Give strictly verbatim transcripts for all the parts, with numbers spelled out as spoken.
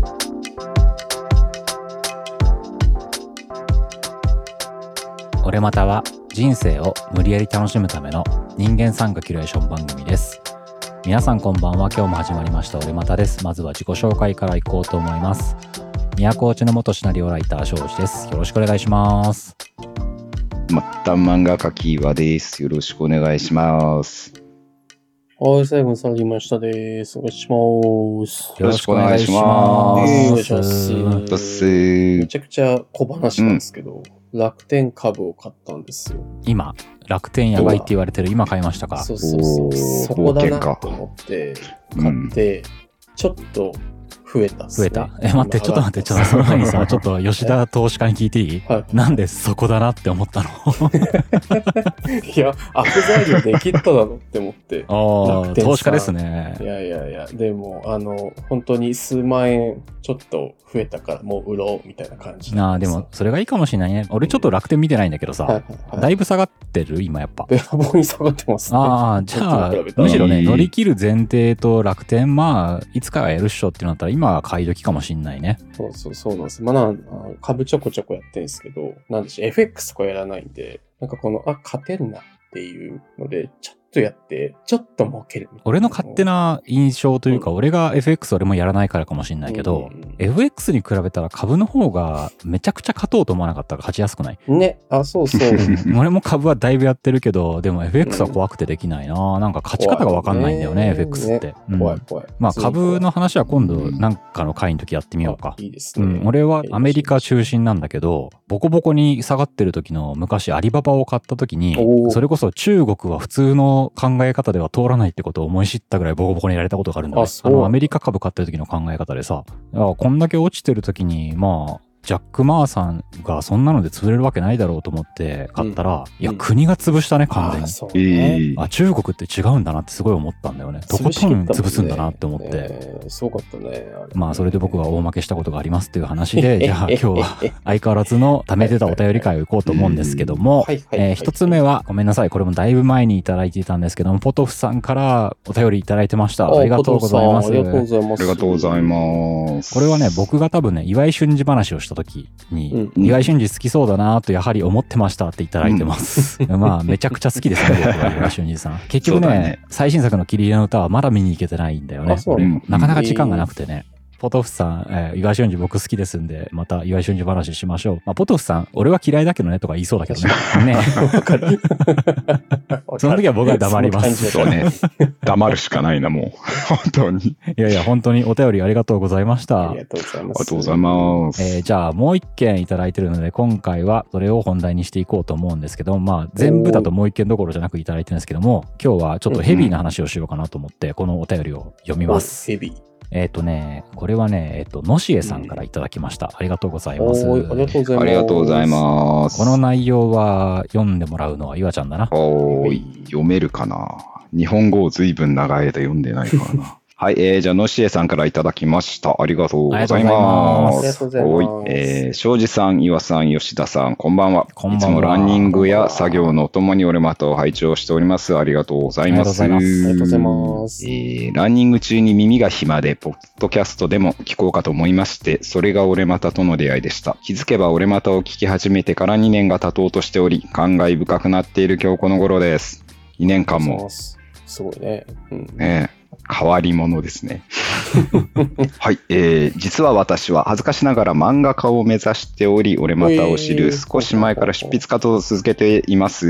俺または人生を無理やり楽しむための人間参加キュレーション番組です。皆さんこんばんは。今日も始まりました俺またです。まずは自己紹介からいこうと思います。都落ちの元シナリオライター庄司です。よろしくお願いします。 また漫画家キーワです。よろしくお願いします。 はい、最後にサラリーマン下です。お願いします。 よろしくお願いします。 お願いします。めちゃくちゃ小話なんですけど、うん、楽天株を買ったんですよ。 今、楽天やばいって言われてる今買いましたか？ そうそうそう。そこだなと思って買って、うん、ちょっと増えたっすね。 増えた。え、待って、ちょっと待って、ちょっとその前にさ、ちょっと吉田投資家に聞いていい？はい。なんでそこだなって思ったの？ いや、悪材料できっただろって思って。 ああ、投資家ですね。 いやいやいや、でも、あの、本当に数万円ちょっと増えたからもう売ろうみたいな感じ。 ああ、でも、それがいいかもしれないね。俺ちょっと楽天見てないんだけどさ、はいはいはい、だいぶ下がってる今やっぱ。 べらぼうに下がってますね。 ああ、じゃあ、むしろね、乗り切る前提と楽天、まあ、いつかはやるっしょってなったら、今は買い時かもしんないね。 そうそうそうなんです。まあな、株ちょこちょこやってるんですけど、なんでしょう、エフエックス とかやらないんで、なんかこの、あ、勝てるなっていうので、ちょっとやって、ちょっと儲けるみたいな。 俺の勝手な印象というか、うん、俺が エフエックス 俺もやらないからかもしんないけど、うんうんうん、エフエックス に比べたら株の方がめちゃくちゃ勝とうと思わなかったら勝ちやすくない？ ね、あ、そうそう。 俺も株はだいぶやってるけど、でも エフエックス は怖くてできないな、うん、なんか勝ち方がわかんないんだよね、エフエックス って。 ね、怖い怖い。うん、 まあ株の話は今度なんかの回の時やってみようか。 いいですね。 うん、俺はアメリカ中心なんだけど、ボコボコに下がってる時の昔アリババを買った時に、それこそ中国は普通の考え方では通らないってことを思い知ったぐらいボコボコにやられたことがあるんだね。あ, あのアメリカ株買ってる時の考え方でさ、こんだけ落ちてる時にまあジャック・マーさんがそんなので潰れるわけないだろうと思って買ったら、うん、いや、うん、国が潰したね完全に。あ, そうね、あ中国って違うんだなってすごい思ったんだよね。とことん潰すんだなって思って、 えー、すごかったね。 まあそれで僕は大負けしたことがありますっていう話でじゃあ今日は相変わらずの貯めてたお便り会を行こうと思うんですけども、一つ目はごめんなさい、これもだいぶ前にいただいていたんですけども、ポトフさんからお便りいただいてました。ありがとうございます。 ありがとうございます。 ありがとうございます。 これはね、僕が多分ね岩井俊二話をした時に、うん、岩井俊二好きそうだなとやはり思ってましたっていただいてます、うん、まあめちゃくちゃ好きですね僕は岩井俊二さん。結局 ね, ね最新作の霧の歌はまだ見に行けてないんだよね。なかなか時間がなくてね、ポトフさん、えー、岩井俊二僕好きですんで、また岩井俊二話しましょう。まあ、ポトフさん、俺は嫌いだけどねとか言いそうだけどね。ねその時は僕は黙ります。 そうね。黙るしかないな、もう。本当に。 いやいや、本当にお便りありがとうございました。 ありがとうございます。 ありがとうございます。 えー、じゃあ、もう一件いただいてるので、今回はそれを本題にしていこうと思うんですけど、まあ、全部だともう一件どころじゃなくいただいてるんですけども、今日はちょっとヘビーな話をしようかなと思って、このお便りを読みます。 ヘビー。 えっとね、これはね、えっと、のしえさんからいただきました。ありがとうございます。 ありがとうございます。 ありがとうございます。 この内容は読んでもらうのは岩ちゃんだな。 おー、読めるかな。日本語を随分長い間読んでないからな。はい、えー、じゃあ、のしえさんからいただきました。ありがとうございます。 ありがとうございます。 おい、えー、庄司さん、岩さん、吉田さん、こんばんは。こんばんは。いつもランニングや作業のお供に俺またを拝聴しております。ありがとうございます。 ありがとうございます。 えー、ランニング中に耳が暇で、ポッドキャストでも聞こうかと思いまして、それが俺またとの出会いでした。気づけば俺またを聞き始めてからにねんが経とうとしており、感慨深くなっている今日この頃です。にねんかんも。 すごいね。うん、 ねえ。変わり者ですね。はい、えー、実は私は恥ずかしながら漫画家を目指しており、俺またを知る少し前から執筆活動を続けています。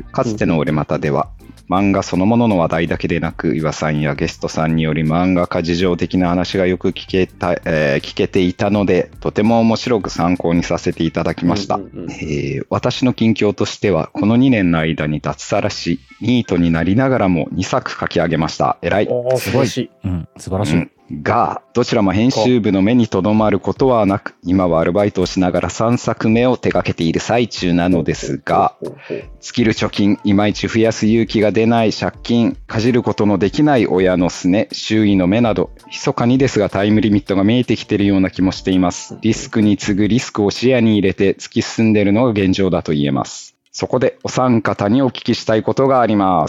かつての俺またでは、漫画そのものの話題だけでなく、岩さんやゲストさんにより漫画家事情的な話がよく聞けた、えー、聞けていたので、とても面白く参考にさせていただきました。うんうんうん、えー、私の近況としては、このにねんの間に脱サラし、ニートになりながらもにさく書き上げました。偉い。 すごい。 うん、素晴らしい。うんが、どちらも編集部の目にとどまることはなく、今はアルバイトをしながらさんさくめを手掛けている最中なのですが、尽きる貯金、いまいち増やす勇気が出ない借金、かじることのできない親のすね、周囲の目など、密かにですがタイムリミットが見えてきているような気もしています。リスクに次ぐリスクを視野に入れて突き進んでいるのが現状だと言えます。そこでお三方にお聞きしたいことがあります。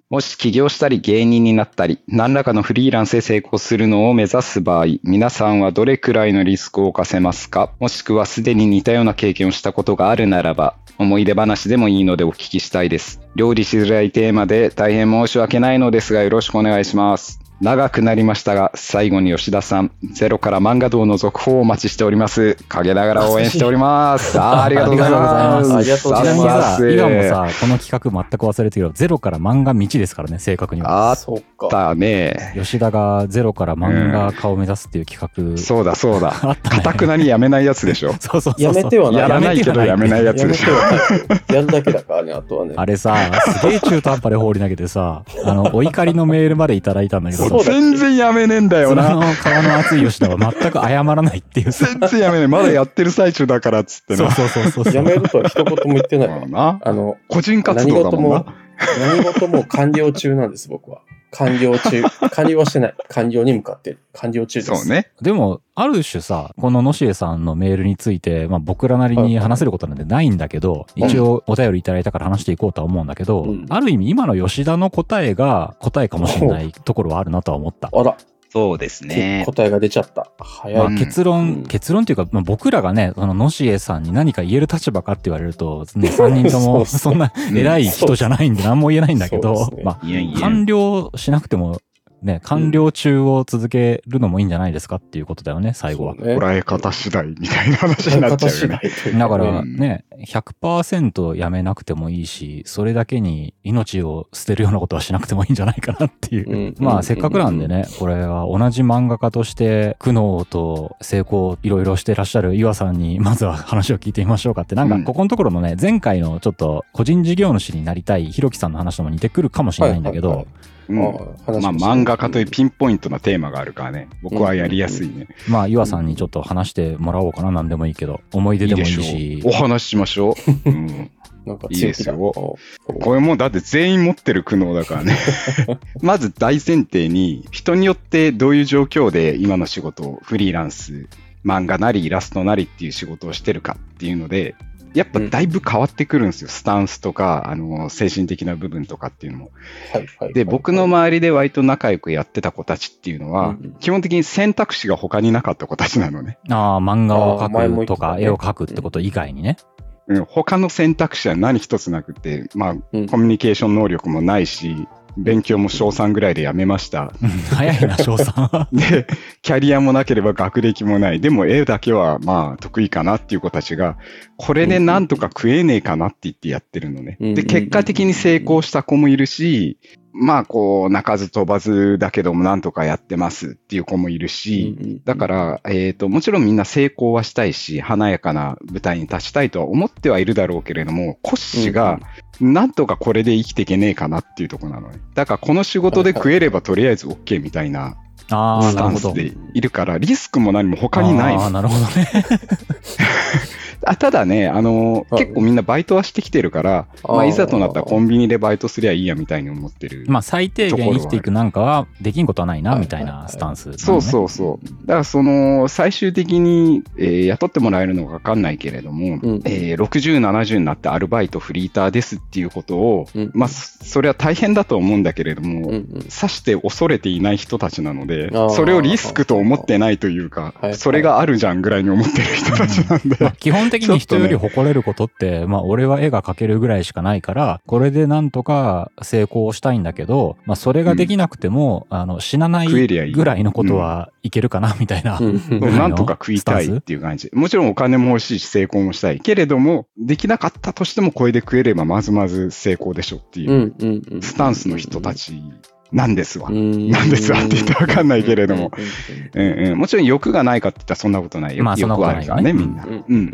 もし起業したり芸人になったり、何らかのフリーランスで成功するのを目指す場合、皆さんはどれくらいのリスクを冒せますか？もしくはすでに似たような経験をしたことがあるならば、思い出話でもいいのでお聞きしたいです。料理しづらいテーマで大変申し訳ないのですがよろしくお願いします。長くなりましたが、最後に吉田さん、ゼロから漫画道の続報をお待ちしております。陰ながら応援しております。あ, ありがとうございます。 ありがとうございます。 さ今もさ、この企画全く忘れてるけど、ゼロから漫画道ですからね、正確には。 あったね。 吉田がゼロから漫画家を目指すっていう企画。 うん、そうだそうだ。 あったね。 かたくなにやめないやつでしょ。 そうそうそう。 やめてはない。 やらないけどやめないやつでしょ。 やるだけだからね、あとはね。 あれさ、すげえ中途半端で放り投げてさ、あの、お怒りのメールまでいただいたんだけど、 全然やめねえんだよな。 その川の熱い吉田は全く謝らないっていう。 全然やめねえ。まだやってる最中だからっつってな。そうそうそうそう。 やめるとは一言も言ってないからな。あの、 個人活動だもんな。 何事も完了中なんです、僕は。完了中。完了はしてない。完了に向かってる。完了中です。 そうね。 でも、ある種さ、この野重さんのメールについて、まあ僕らなりに話せることなんてないんだけど、うん、一応お便りいただいたから話していこうとは思うんだけど、うん、ある意味今の吉田の答えが答えかもしれないところはあるなとは思った。 あら。 そうですね。 答えが出ちゃった。早い。 まあ、結論、うん、結論っていうか、まあ、僕らがね、その野重さんに何か言える立場かって言われると、ね、さんにんともそんな偉い人じゃないんで何も言えないんだけど、ね、まあ、いやいや完了しなくても、ね、完了中を続けるのもいいんじゃないですかっていうことだよね、最後は。 ね、捉え方次第みたいな話になっちゃうよね。 だからね、ひゃくパーセント やめなくてもいいし、それだけに命を捨てるようなことはしなくてもいいんじゃないかなっていう。うん、まあ、せっかくなんでね、これは同じ漫画家として苦悩と成功いろいろしてらっしゃる岩さんにまずは話を聞いてみましょうかって。なんか、ここのところのね、前回のちょっと個人事業主になりたいひろきさんの話とも似てくるかもしれないんだけど、はいはいはい、 うん、まあ漫画家というピンポイントなテーマがあるからね、僕はやりやすいね。うんうんうん、 まあ岩さんにちょっと話してもらおうかな、なんでもいいけど、思い出でもいいし。 いいお話ししましょう。うん、なんかいいですよ。これもだって全員持ってる苦悩だからね。まず大前提に、人によってどういう状況で今の仕事をフリーランス、漫画なりイラストなりっていう仕事をしてるかっていうので、やっぱだいぶ変わってくるんですよ。うん、スタンスとか、あの、精神的な部分とかっていうのも。はいはいはいはい、で、僕の周りで割と仲良くやってた子たちっていうのは、うん、基本的に選択肢が他になかった子たちなのね。 ああ、漫画を描くとか、絵を描くってこと以外にね。 うん、他の選択肢は何一つなくて、まあ、うん、コミュニケーション能力もないし、勉強も小さんぐらいでやめました。 早いな、小さん。 で、キャリアもなければ学歴もない。でも絵だけはまあ得意かなっていう子たちが、これでなんとか食えねえかなって言ってやってるのね。で、結果的に成功した子もいるし、まあこう、鳴かず飛ばずだけどもなんとかやってますっていう子もいるし、だから、えっと、もちろんみんな成功はしたいし、華やかな舞台に立ちたいとは思ってはいるだろうけれども、コッシーが、なんとかこれで生きていけねえかなっていうところなのね。だからこの仕事で食えればとりあえず OK みたいなスタンスでいるから、リスクも何も他にない。 ああ、なるほどね。 あただね、あのー、結構みんなバイトはしてきてるから、まあ、いざとなったらコンビニでバイトすりゃいいやみたいに思ってる。 まあ、最低限生きていくなんかはできんことはないな、みたいなスタンス、ね。 そうそうそう。だから、その、最終的に、えー、雇ってもらえるのかわかんないけれども、うんえー、ろくじゅう、ななじゅうになってアルバイトフリーターですっていうことを、うん、まあ、それは大変だと思うんだけれども、うんうん、さして恐れていない人たちなので、それをリスクと思ってないというか、それがあるじゃんぐらいに思ってる人たちなんで。 まあ、基本的に人より誇れることって、まあ俺は絵が描けるぐらいしかないから、これでなんとか成功したいんだけど、まあそれができなくても、うん、あの死なないぐらいのことはいけるかなみたいな、うん。 なんとか食いたいっていう感じ。もちろんお金も欲しいし成功もしたい。けれども、できなかったとしてもこれで食えればまずまず成功でしょっていうスタンスの人たち。なんですわ。なんですわって言ってわかんないけれども。うんうん、もちろん欲がないかって言ったらそんなことないよ。まあ、欲はあるからね、みんな。うんうん。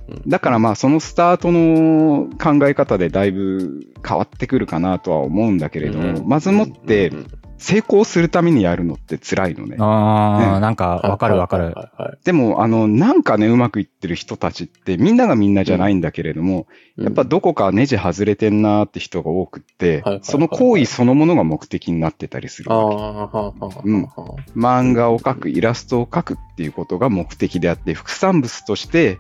だからまあそのスタートの考え方でだいぶ変わってくるかなとは思うんだけれども、まずもって成功するためにやるのって辛いのね。 ああ、なんかわかるわかる。 でも、あの、なんかね、うまくいってる人たちって、みんながみんなじゃないんだけれども、やっぱどこかネジ外れてんなーって人が多くって、その行為そのものが目的になってたりするわけ。うん。漫画を描く、イラストを描くっていうことが目的であって、副産物として、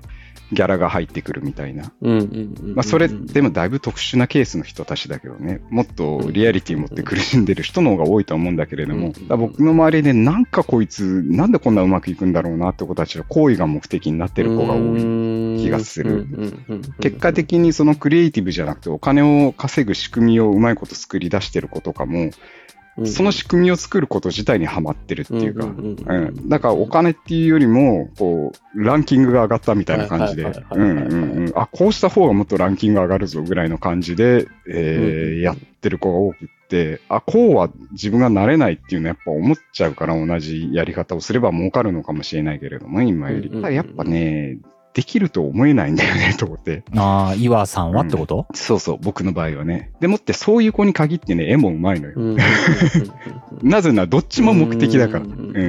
ギャラが入ってくるみたいな。 うんうんうんうん、 まあそれでもだいぶ特殊なケースの人たちだけどね、もっとリアリティ持って苦しんでる人の方が多いと思うんだけれども、だから僕の周りでなんかこいつなんでこんなうまくいくんだろうなって子たちの行為が目的になってる子が多い気がする。結果的にそのクリエイティブじゃなくてお金を稼ぐ仕組みをうまいこと作り出してる子とかも、その仕組みを作ること自体にハマってるっていうか、だからお金っていうよりもこうランキングが上がったみたいな感じで、あ、こうした方がもっとランキング上がるぞぐらいの感じで、えー、やってる子が多くて、あ、こうは自分がなれないっていうのはやっぱ思っちゃうから、同じやり方をすれば儲かるのかもしれないけれども、今より。ただやっぱね、できると思えないんだよね、と思って。 ああ、岩さんはってこと、 うん、そうそう、僕の場合はね。でもってそういう子に限ってね、絵もうまいのよ。なぜならどっちも目的だから。うん、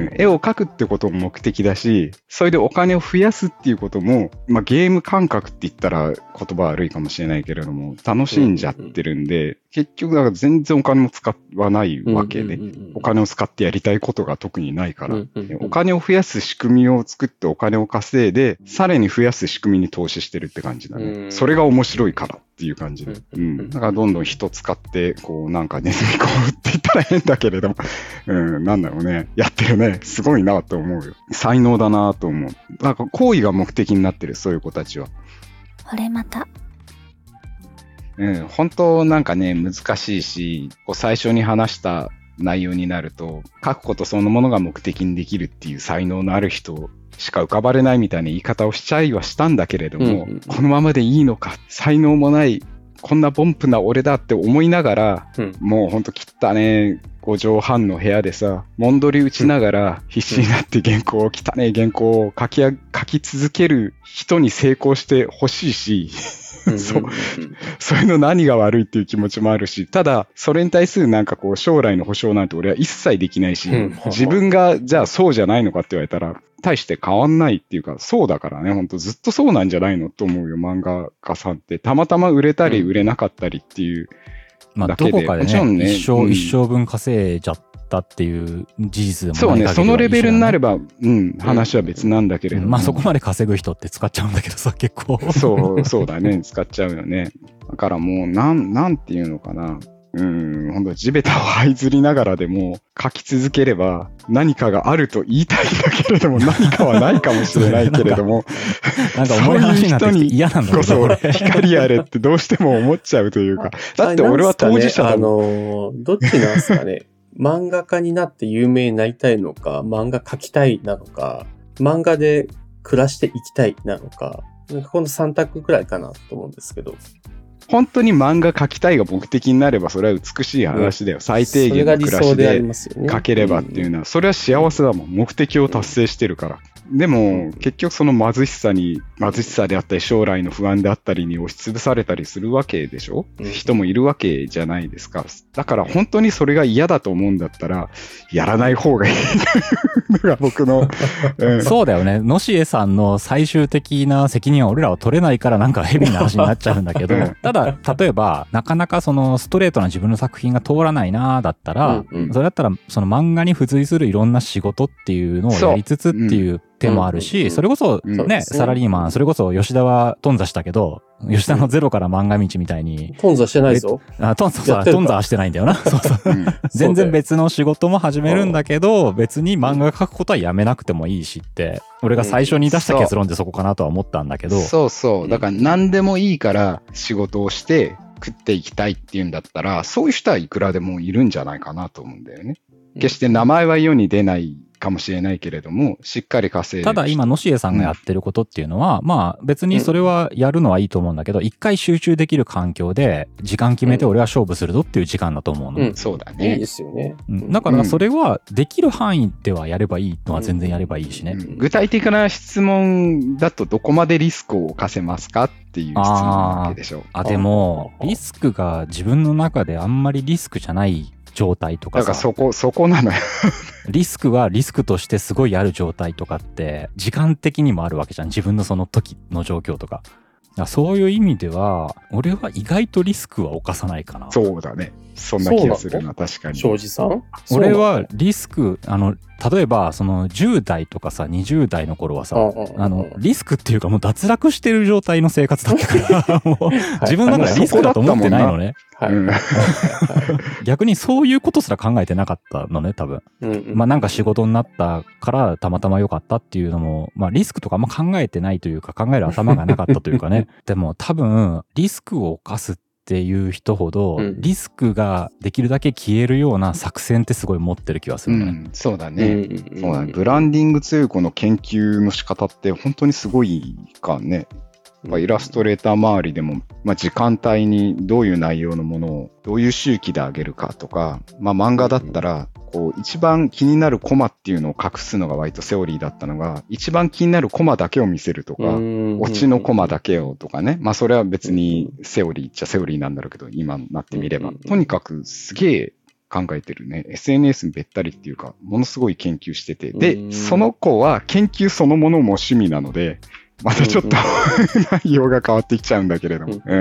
絵を描くってことも目的だし、それでお金を増やすっていうことも、まあゲーム感覚って言ったら言葉悪いかもしれないけれども、楽しんじゃってるんで、結局だから全然お金も使わないわけで、お金を使ってやりたいことが特にないから、お金を増やす仕組みを作ってお金を稼いで、さらに増やす仕組みに投資してるって感じだね。それが面白いからっていう感じで。うん。だからどんどん人使って、こうなんかネズミ講って言ったら変だけれども、うん、なんだろうね。やってるね。すごいなと思うよ。才能だなと思う。なんか行為が目的になってる、そういう子たちは。 これまた。 うん、本当なんかね、難しいし、こう最初に話した内容になると、書くことそのものが目的にできるっていう才能のある人しか浮かばれないみたいな言い方をしちゃいはしたんだけれども、うんうん、このままでいいのか、才能もない、こんなポンプな俺だって思いながら、うん、もうほんと汚ねえご畳半の部屋でさ、もんどり打ちながら必死になって原稿を、汚ねえ原稿を書き書き続ける人に成功してほしいし、そう。そういうの何が悪いっていう気持ちもあるし、ただ、それに対するなんかこう、将来の保証なんて俺は一切できないし、うん、自分がじゃあそうじゃないのかって言われたら、大して変わんないっていうか、そうだからね、ほんとずっとそうなんじゃないのと思うよ、漫画家さんって。たまたま売れたり売れなかったりっていうだけで。 まあ、どこかでね、ね一生、うん、一生分稼いじゃったっていう事実でもないそうね、そのレベルになれば、うん、話は別なんだけれども、 うん、まあそこまで稼ぐ人って使っちゃうんだけどさ、結構。 そう、そうだね、使っちゃうよね。だからもう、なん、なんていうのかな。うん、ほんと地べたを這いずりながらでも書き続ければ何かがあると言いたいんだけれども、何かはないかもしれないけれども、 なんか重い話になってきて嫌なんだけど、 そういう人に光あれってどうしても思っちゃうというか、だって俺は当事者だもん。 あの、どっちなんすかね。漫画家になって有名になりたいのか、漫画描きたいなのか、漫画で暮らしていきたいなのか、なんかこのさん択くらいかなと思うんですけど。 本当に漫画描きたいが目的になればそれは美しい話だよ。うん、最低限の暮らしで描ければっていうのは、それは幸せだもん。目的を達成してるから。でも、結局その貧しさに、貧しさであったり、将来の不安であったりに押しつぶされたりするわけでしょ、うん、人もいるわけじゃないですか。だから本当にそれが嫌だと思うんだったら、やらない方がいいのが僕の、 うん。そうだよね。野重さんの最終的な責任は俺らは取れないからなんかヘビーな話になっちゃうんだけど、ただ、例えば、なかなかそのストレートな自分の作品が通らないなだったら、うんうん、それだったらその漫画に付随するいろんな仕事っていうのをやりつつっていう、手もあるし、それこそね、サラリーマン、それこそ吉田は頓挫したけど、吉田のゼロから漫画道みたいに。 頓挫してないぞ。 あ、頓挫、頓挫はしてないんだよな。そうそう。全然別の仕事も始めるんだけど、別に漫画描くことはやめなくてもいいしって、俺が最初に出した結論でそこかなとは思ったんだけど。 そうそう。だから何でもいいから仕事をして食っていきたいっていうんだったら、そういう人はいくらでもいるんじゃないかなと思うんだよね。決して名前は世に出ないかもしれないけれども、しっかり稼いで。 ただ今、野重さんがやってることっていうのは、うん、まあ別にそれはやるのはいいと思うんだけど、一、うん、回集中できる環境で、時間決めて俺は勝負するぞっていう時間だと思うの。 うん、 そうだね。 いいですよね。 うん、だからそれは、できる範囲ではやればいいのは全然やればいいしね。 うん、具体的な質問だと、どこまでリスクを冒せますかっていう質問なわけでしょ。 あ、でも、リスクが自分の中であんまりリスクじゃない状態とかさ。 だからそこ、そこなのよ。 リスクはリスクとしてすごいある状態とかって、時間的にもあるわけじゃん。自分のその時の状況とか。そういう意味では、俺は意外とリスクは犯さないかな。 そうだね。 そんな気がするな、確かに。 庄司さん？ 俺はリスク、あの、例えば、そのじゅう代とかさ、にじゅう代の頃はさ、あの、リスクっていうかもう脱落してる状態の生活だったから、もう自分の中でリスクだと思ってないのね。 はい。 逆にそういうことすら考えてなかったのね、多分。うんうん、まあなんか仕事になったからたまたま良かったっていうのも、まあリスクとかあんま考えてないというか考える頭がなかったというかね。でも多分リスクを冒すっていう人ほど、リスクができるだけ消えるような作戦ってすごい持ってる気がするね。うん、 そうだね、うん、そうだね。ブランディング強い子の研究の仕方って本当にすごいかね。まあ、イラストレーター周りでも、まあ、時間帯にどういう内容のものをどういう周期で上げるかとか、まあ、漫画だったらこう一番気になるコマっていうのを隠すのが割とセオリーだったのが、一番気になるコマだけを見せるとか、オチのコマだけをとかね、まあそれは別にセオリーっちゃセオリーなんだろうけど、今になってみればとにかくすげえ考えてるね。エスエヌエス にべったりっていうか、ものすごい研究してて、でその子は研究そのものも趣味なので、またちょっと内容が変わってきちゃうんだけれども。うん、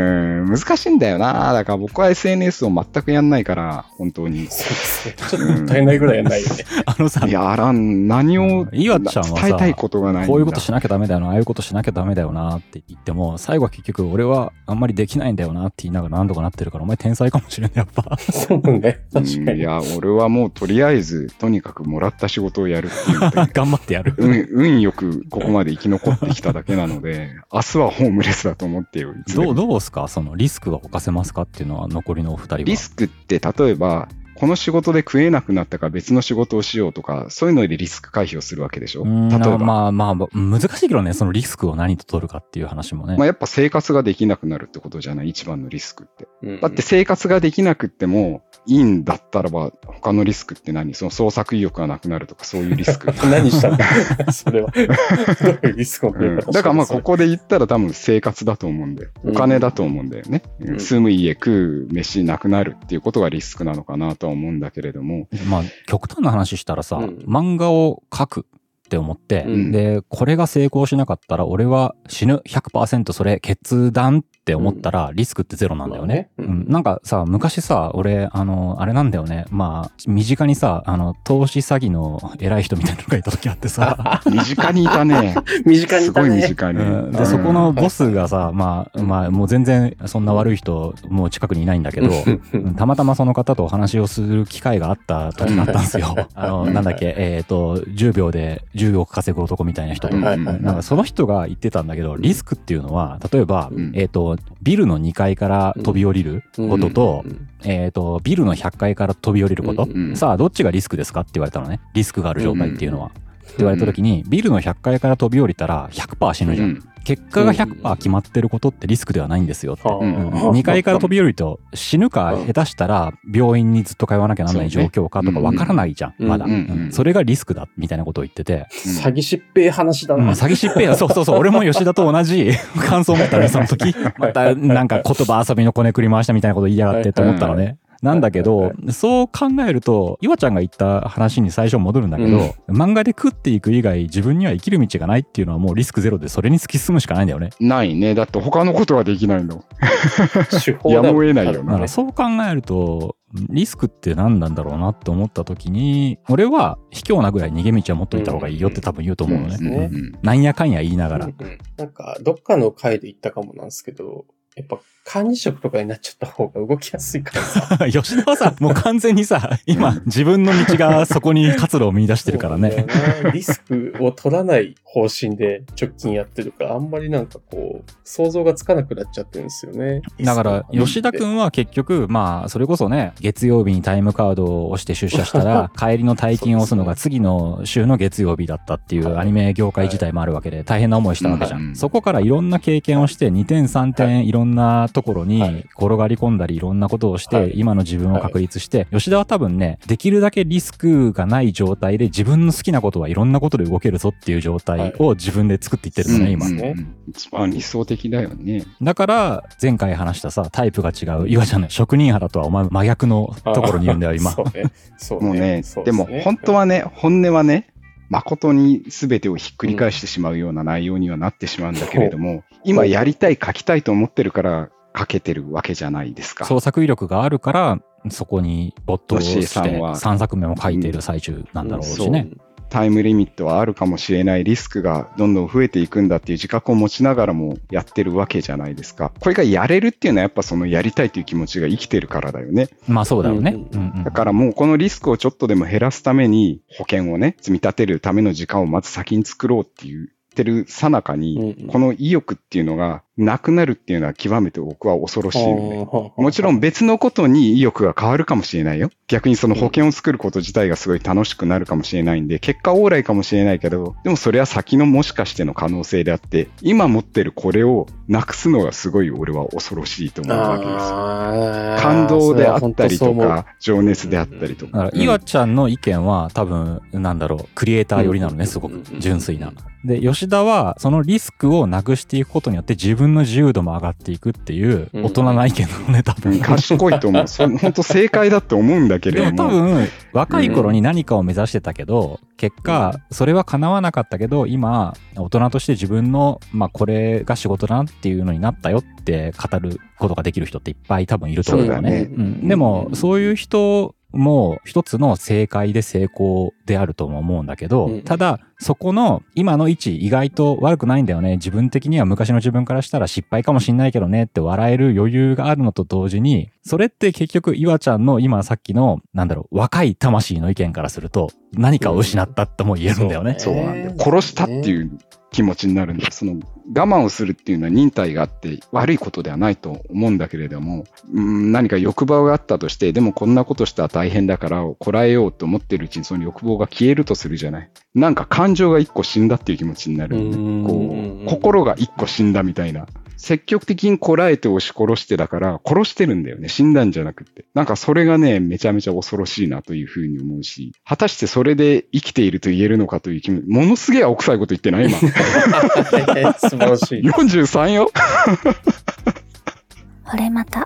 難しいんだよな。だから僕は エスエヌエス を全くやんないから、本当に。 そうですね。ちょっともったいないぐらいやんないよね。 あのさ、 やらん、何を伝えたいことがないんだ。 こういうことしなきゃダメだよな、ああいうことしなきゃダメだよなって言っても、最後は結局俺はあんまりできないんだよなって言いながら何とかなってるから、お前天才かもしれんね、やっぱ。 そうね。確かに。 いや、俺はもうとりあえず、とにかくもらった仕事をやるっていうので。 頑張ってやる。 運、運よくここまで生き残ってきただけなので、明日はホームレスだと思ってよ。 どう、どうすかそのリスクは犯せますかっていうのは残りのお二人は。 リスクって例えば、この仕事で食えなくなったから別の仕事をしようとか、そういうのでリスク回避をするわけでしょ。例えば。 まあまあ、難しいけどね、そのリスクを何と取るかっていう話もね。 まあやっぱ生活ができなくなるってことじゃない、一番のリスクって。うんうん、だって生活ができなくっても、いいんだったらば、他のリスクって何？その創作意欲がなくなるとか、そういうリスク。 何したのそれは。どういうリスクを、うん、 だからまあ、ここで言ったら多分生活だと思うんだよ。お金だと思うんだよね。うん、住む家、食う飯なくなるっていうことがリスクなのかなとは思うんだけれども。 まあ、極端な話したらさ、うん、漫画を描くって思って、うん、で、これが成功しなかったら、俺は死ぬ ひゃくパーセント それ決断って思ったら、リスクってゼロなんだよね。うんうん、なんかさ、昔さ、俺、あの、あれなんだよね。まあ、身近にさ、あの、投資詐欺の偉い人みたいなのがいた時あってさ。 身近にいたね。 身近にいたね。 すごい身近に。 うん、で、そこのボスがさ、まあ、まあ、もう全然そんな悪い人、もう近くにいないんだけど、たまたまその方とお話をする機会があった時があったんですよ。あの、なんだっけ、えっと、じゅうびょうでじゅうおく稼ぐ男みたいな人と。なんかその人が言ってたんだけど、リスクっていうのは、例えば、えっと、ビルのにかいから飛び降りることと、えっと、ビルのひゃっかいから飛び降りること。さあ、どっちがリスクですかって言われたのね。リスクがある状態っていうのは。って言われた時に、ビルのひゃっかいから飛び降りたら ひゃくパーセント 死ぬじゃん。結果が ひゃくパーセント 決まってることってリスクではないんですよって。うん、にかいから飛び降りると死ぬか下手したら病院にずっと通わなきゃならない状況かとかわからないじゃん、まだ、うんうん。それがリスクだみたいなことを言ってて。 詐欺疾病話だな。うん、 詐欺疾病、そうそうそう。俺も吉田と同じ感想を持ったね、その時。またなんか言葉遊びのこねくり回したみたいなこと言いやがってって思ったのね。なんだけど、そう考えると、岩ちゃんが言った話に最初戻るんだけど、うん、漫画で食っていく以外自分には生きる道がないっていうのはもうリスクゼロでそれに突き進むしかないんだよね。 ないね。だって他のことはできないの。やむを得ないよね。 そう考えると、リスクって何なんだろうなって思った時に、俺は卑怯なぐらい逃げ道は持っといた方がいいよって多分言うと思うのね。うんうんうん、なんやかんや言いながら、うんうん。 なんか、どっかの回で言ったかもなんですけど、やっぱ管理職とかになっちゃった方が動きやすいからさ。 吉田はさ、もう完全にさ、今自分の道がそこに活路を見出してるからね。 リスクを取らない方針で直近やってるから、あんまりなんかこう、想像がつかなくなっちゃってるんですよね。 だから、吉田くんは結局、まあ、それこそね、月曜日にタイムカードを押して出社したら、帰りの退勤を押すのが次の週の月曜日だったっていうアニメ業界自体もあるわけで、大変な思いしたわけじゃん。はい、そこからいろんな経験をして、にてんさんてんいろんなところに転がり込んだりいろんなことをして、はい、今の自分を確立して、はい、吉田は多分ね、できるだけリスクがない状態で自分の好きなことはいろんなことで動けるぞっていう状態を自分で作っていってるのね、はい、今、うんうん。 一番理想的だよね。 だから、前回話したさ、タイプが違う、岩ちゃんの職人肌とはお前真逆のところにいるんだよ、今。 そうね。そうね。 もうね、で, でも本当はね、本音はね、誠に全てをひっくり返してしまうような内容にはなってしまうんだけれども、うん、今やりたい、書きたいと思ってるから書けてるわけじゃないですか。 創作意欲があるからそこに没頭してさんさくめも書いている最中なんだろうしね。 うん、タイムリミットはあるかもしれない、リスクがどんどん増えていくんだっていう自覚を持ちながらもやってるわけじゃないですか。これがやれるっていうのはやっぱそのやりたいという気持ちが生きてるからだよね。 まあそうだよね。 うんうんうん、 だからもうこのリスクをちょっとでも減らすために保険をね、積み立てるための時間をまず先に作ろうっていうってる最中に、この意欲っていうのがなくなるっていうのは極めて僕は恐ろしいよね。もちろん別のことに意欲が変わるかもしれないよ。逆にその保険を作ること自体がすごい楽しくなるかもしれないんで、結果オーライかもしれないけど、でもそれは先のもしかしての可能性であって、今持ってるこれをなくすのがすごい俺は恐ろしいと思うわけですよ。感動であったりとか、情熱であったりとか。 だから、岩ちゃんの意見は多分、なんだろう、クリエイター寄りなのね、すごく純粋な。で、吉田はそのリスクをなくしていくことによって自分の自由度も上がっていくっていう大人な意見なのね、多分。 賢いと思う。それ本当正解だと思うんだけれども。 でも多分、若い頃に何かを目指してたけど、結果、それは叶わなかったけど、今、大人として自分の、まあこれが仕事だなっていうのになったよって語ることができる人っていっぱい多分いると思うよね。うん、でも、そういう人、もう一つの正解で成功であるとも思うんだけど、うん、ただそこの今の位置意外と悪くないんだよね。自分的には昔の自分からしたら失敗かもしんないけどねって笑える余裕があるのと同時に、それって結局岩ちゃんの今さっきのなんだろう若い魂の意見からすると何かを失ったっても言えるんだよね。 うん、そうなんだよ。殺したっていう気持ちになるんだよ。その我慢をするっていうのは忍耐があって悪いことではないと思うんだけれども、うん、何か欲望があったとして、でもこんなことしたら大変だからこらえようと思ってるうちにその欲望が消えるとするじゃない。なんか感情が一個死んだっていう気持ちになるよね。こう心が一個死んだみたいな。積極的にこらえて押し殺してだから殺してるんだよね。死んだんじゃなくて。なんかそれがね、めちゃめちゃ恐ろしいなというふうに思うし、果たしてそれで生きていると言えるのかという気も、ものすげえ青臭いこと言ってない今。 素晴らしい。 よんじゅうさんよ。 俺また。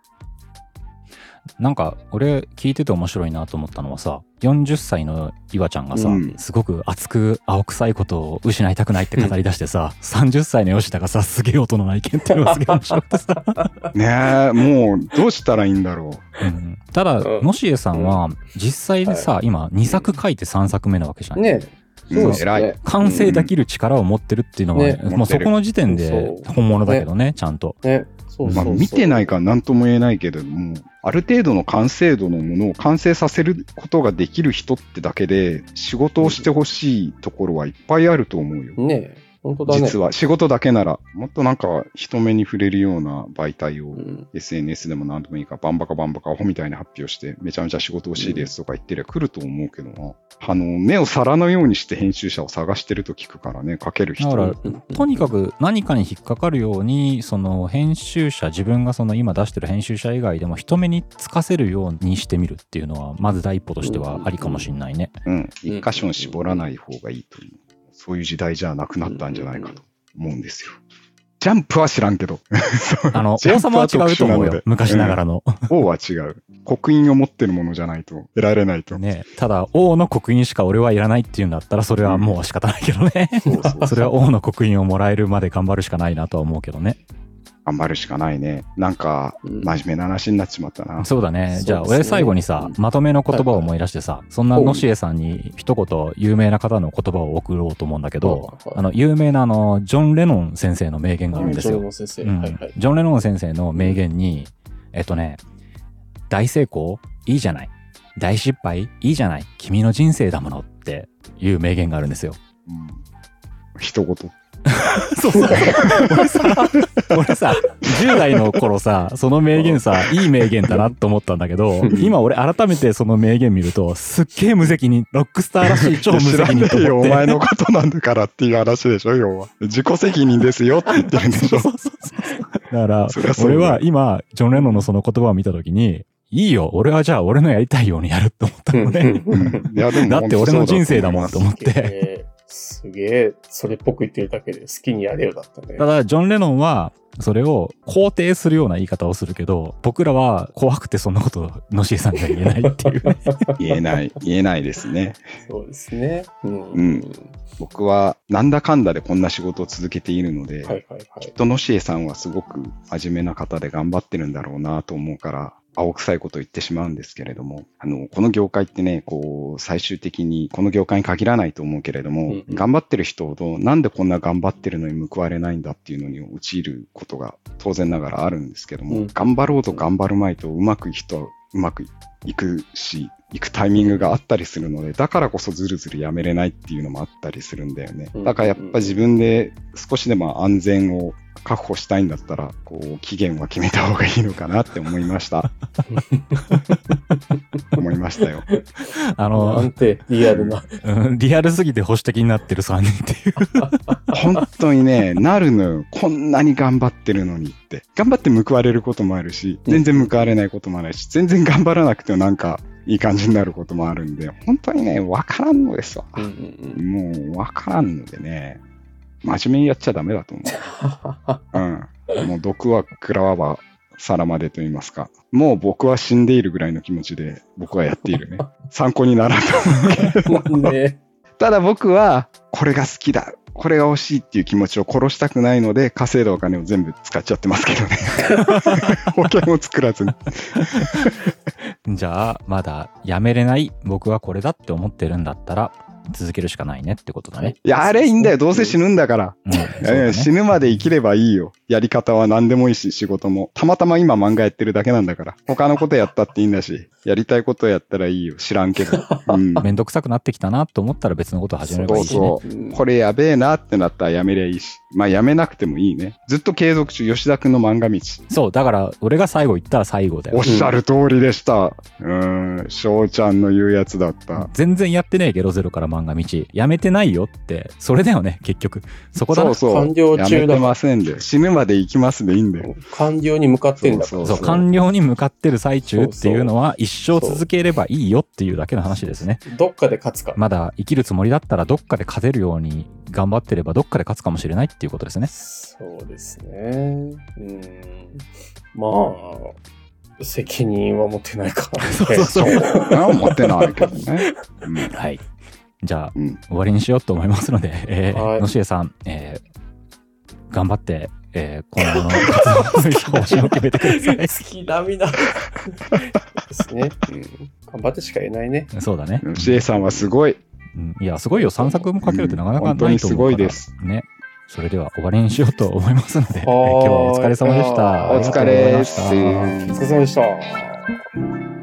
なんか俺聞いてて面白いなと思ったのはさ、よんじゅっさいの岩ちゃんがさ、うん、すごく熱く青臭いことを失いたくないって語り出してさ、うん、さんじゅっさいの吉田がさすげえ大人な意見っていうのがすげえ面白くてさねえ、もうどうしたらいいんだろう、 うん、ただ野重さんは実際でさ、はい、今にさく書いてさんさくめなわけじゃんね。 そうですね。 完成できる力を持ってるっていうのは、ね、もうそこの時点で本物だけどね、ちゃんと。 ね。そうそうそう。 まあ、見てないから何とも言えないけれども、ある程度の完成度のものを完成させることができる人ってだけで仕事をしてほしいところはいっぱいあると思うよ。 ねえ。本当だね。 実は仕事だけならもっとなんか人目に触れるような媒体を、うん、エスエヌエス でも何でもいいからバンバカバンバカアホみたいに発表してめちゃめちゃ仕事欲しいですとか言ってりゃ来ると思うけどな、うん、あの目を皿のようにして編集者を探してると聞くからね、書ける人。 だからとにかく何かに引っかかるようにその編集者、自分がその今出してる編集者以外でも人目につかせるようにしてみるっていうのはまず第一歩としてはありかもしれないね。 うん、うん、一箇所に絞らない方がいいと思う。そういう時代じゃなくなったんじゃないかと思うんですよ。ジャンプは知らんけど。 あの、王様は違うと思うよ。昔ながらの、 うん。王は違う。刻印を持ってるものじゃないと得られないと。 ね、ただ、王の刻印しか俺はいらないっていうんだったら、それはもう仕方ないけどね。うん、そうそうそうそれは王の刻印をもらえるまで頑張るしかないなとは思うけどね。 頑張るしかないね。なんか、真面目な話になっちまったな。 うん、そうだね。じゃあ、俺最後にさ、まとめの言葉を思い出してさ、そんな野重さんに一言有名な方の言葉を送ろうと思うんだけど、あの、有名なあの、ジョン・レノン先生の名言があるんですよ。ジョン・レノン先生。うんはいはい、ジョン・レノン先生の名言に、えっとね、大成功いいじゃない。大失敗いいじゃない。君の人生だものっていう名言があるんですよ。 うん、一言。 そうそう。俺さ、俺さ、じゅう代の頃さ、その名言さ、いい名言だなと思ったんだけど、今俺改めてその名言見ると、すっげえ無責任、ロックスターらしい超無責任と思って。知らないよ、 お前のことなんだからっていう話でしょ、要は。自己責任ですよって言ってるんでしょ。そうそうそうそうだから、俺は今、ジョン・レノンのその言葉を見たときに、いいよ、俺はじゃあ俺のやりたいようにやるって思ったのね。いやでもだって俺の人生だもんと思って。 すげえ、それっぽく言ってるだけで好きにやれよだったね。 ただ、ジョン・レノンは、それを肯定するような言い方をするけど、僕らは怖くてそんなことを野重さんが言えないっていう、ね。 言えない、言えないですね。 そうですね。うん。 うん、僕は、なんだかんだでこんな仕事を続けているので、はいはいはい、きっと野重さんはすごく真面目な方で頑張ってるんだろうなと思うから、 青臭いことを言ってしまうんですけれども、あの、この業界ってね、こう、最終的に、この業界に限らないと思うけれども、うんうん、頑張ってる人ほど、なんでこんな頑張ってるのに報われないんだっていうのに陥ることが当然ながらあるんですけども、うん、頑張ろうと頑張るまいとうまくいく人はうまくいくし、行くタイミングがあったりするので、だからこそずるずるやめれないっていうのもあったりするんだよね。だからやっぱ自分で少しでも安全を確保したいんだったら、こう、期限は決めた方がいいのかなって思いました。思いましたよ。 あの、なんてリアルな、 うん。リアルすぎて保守的になってるさんにんっていう。 本当にね、なるのよ。こんなに頑張ってるのにって。頑張って報われることもあるし、全然報われないこともあるし、全然頑張らなくてもなんか、いい感じになることもあるんで、本当にね、わからんのですわ。うんうんうん、もうわからんのでね、真面目にやっちゃダメだと思う。うん。もう毒は食らわば皿までと言いますか。もう僕は死んでいるぐらいの気持ちで僕はやっているね。参考にならんと思うけど。ね、ただ僕はこれが好きだ。これが欲しいっていう気持ちを殺したくないので、稼いだお金を全部使っちゃってますけどね。保険を作らずに。 じゃあ、まだやめれない、僕はこれだって思ってるんだったら、続けるしかないねってことだね。 いや、あれいいんだよ。どうせ死ぬんだから。うんね、死ぬまで生きればいいよ。やり方は何でもいいし、仕事も。たまたま今漫画やってるだけなんだから。他のことやったっていいんだし、やりたいことやったらいいよ。知らんけど。 うん、めんどくさくなってきたなと思ったら別のこと始めればいいし、ね。 そうそう。これやべえなってなったらやめりゃいいし。まあやめなくてもいいね。ずっと継続中、吉田くんの漫画道。 そう、だから俺が最後言ったら最後だよ。 おっしゃる通りでした。うん、翔ちゃんの言うやつだった。 全然やってねえ、ゲロゼロから漫画道。やめてないよって、それだよね、結局。そこだな。 そうそう。 完了中だ。 やめてませんで。死ぬまで生きますでいいんだよ。 完了に向かってんだから。 そうそうそう。完了に向かってる最中っていうのは、一生続ければいいよっていうだけの話ですね。 どっかで勝つか。 まだ生きるつもりだったら、どっかで勝てるように頑張ってれば、どっかで勝つかもしれないっていうことですね。 そうですね。うん。まあ、責任は持ってないからね。 そうそうそう。 持ってないけどね。 うん、はい。じゃあ、うん、終わりにしようと思いますので、えーはい、のしえさん、えー、頑張って、えー、今後の活動の方針を決めてください。 月並みなですね、うん。頑張ってしか言えないね。 そうだね。 のしえさんはすごい。 うん、いや、すごいよ。さんさくも書けるってなかなかないと思うから、うん、本当にすごいです。 ね。それでは終わりにしようと思いますので、えー、今日はお疲れ様でした。 お疲れ様でした。 お疲れ様でした。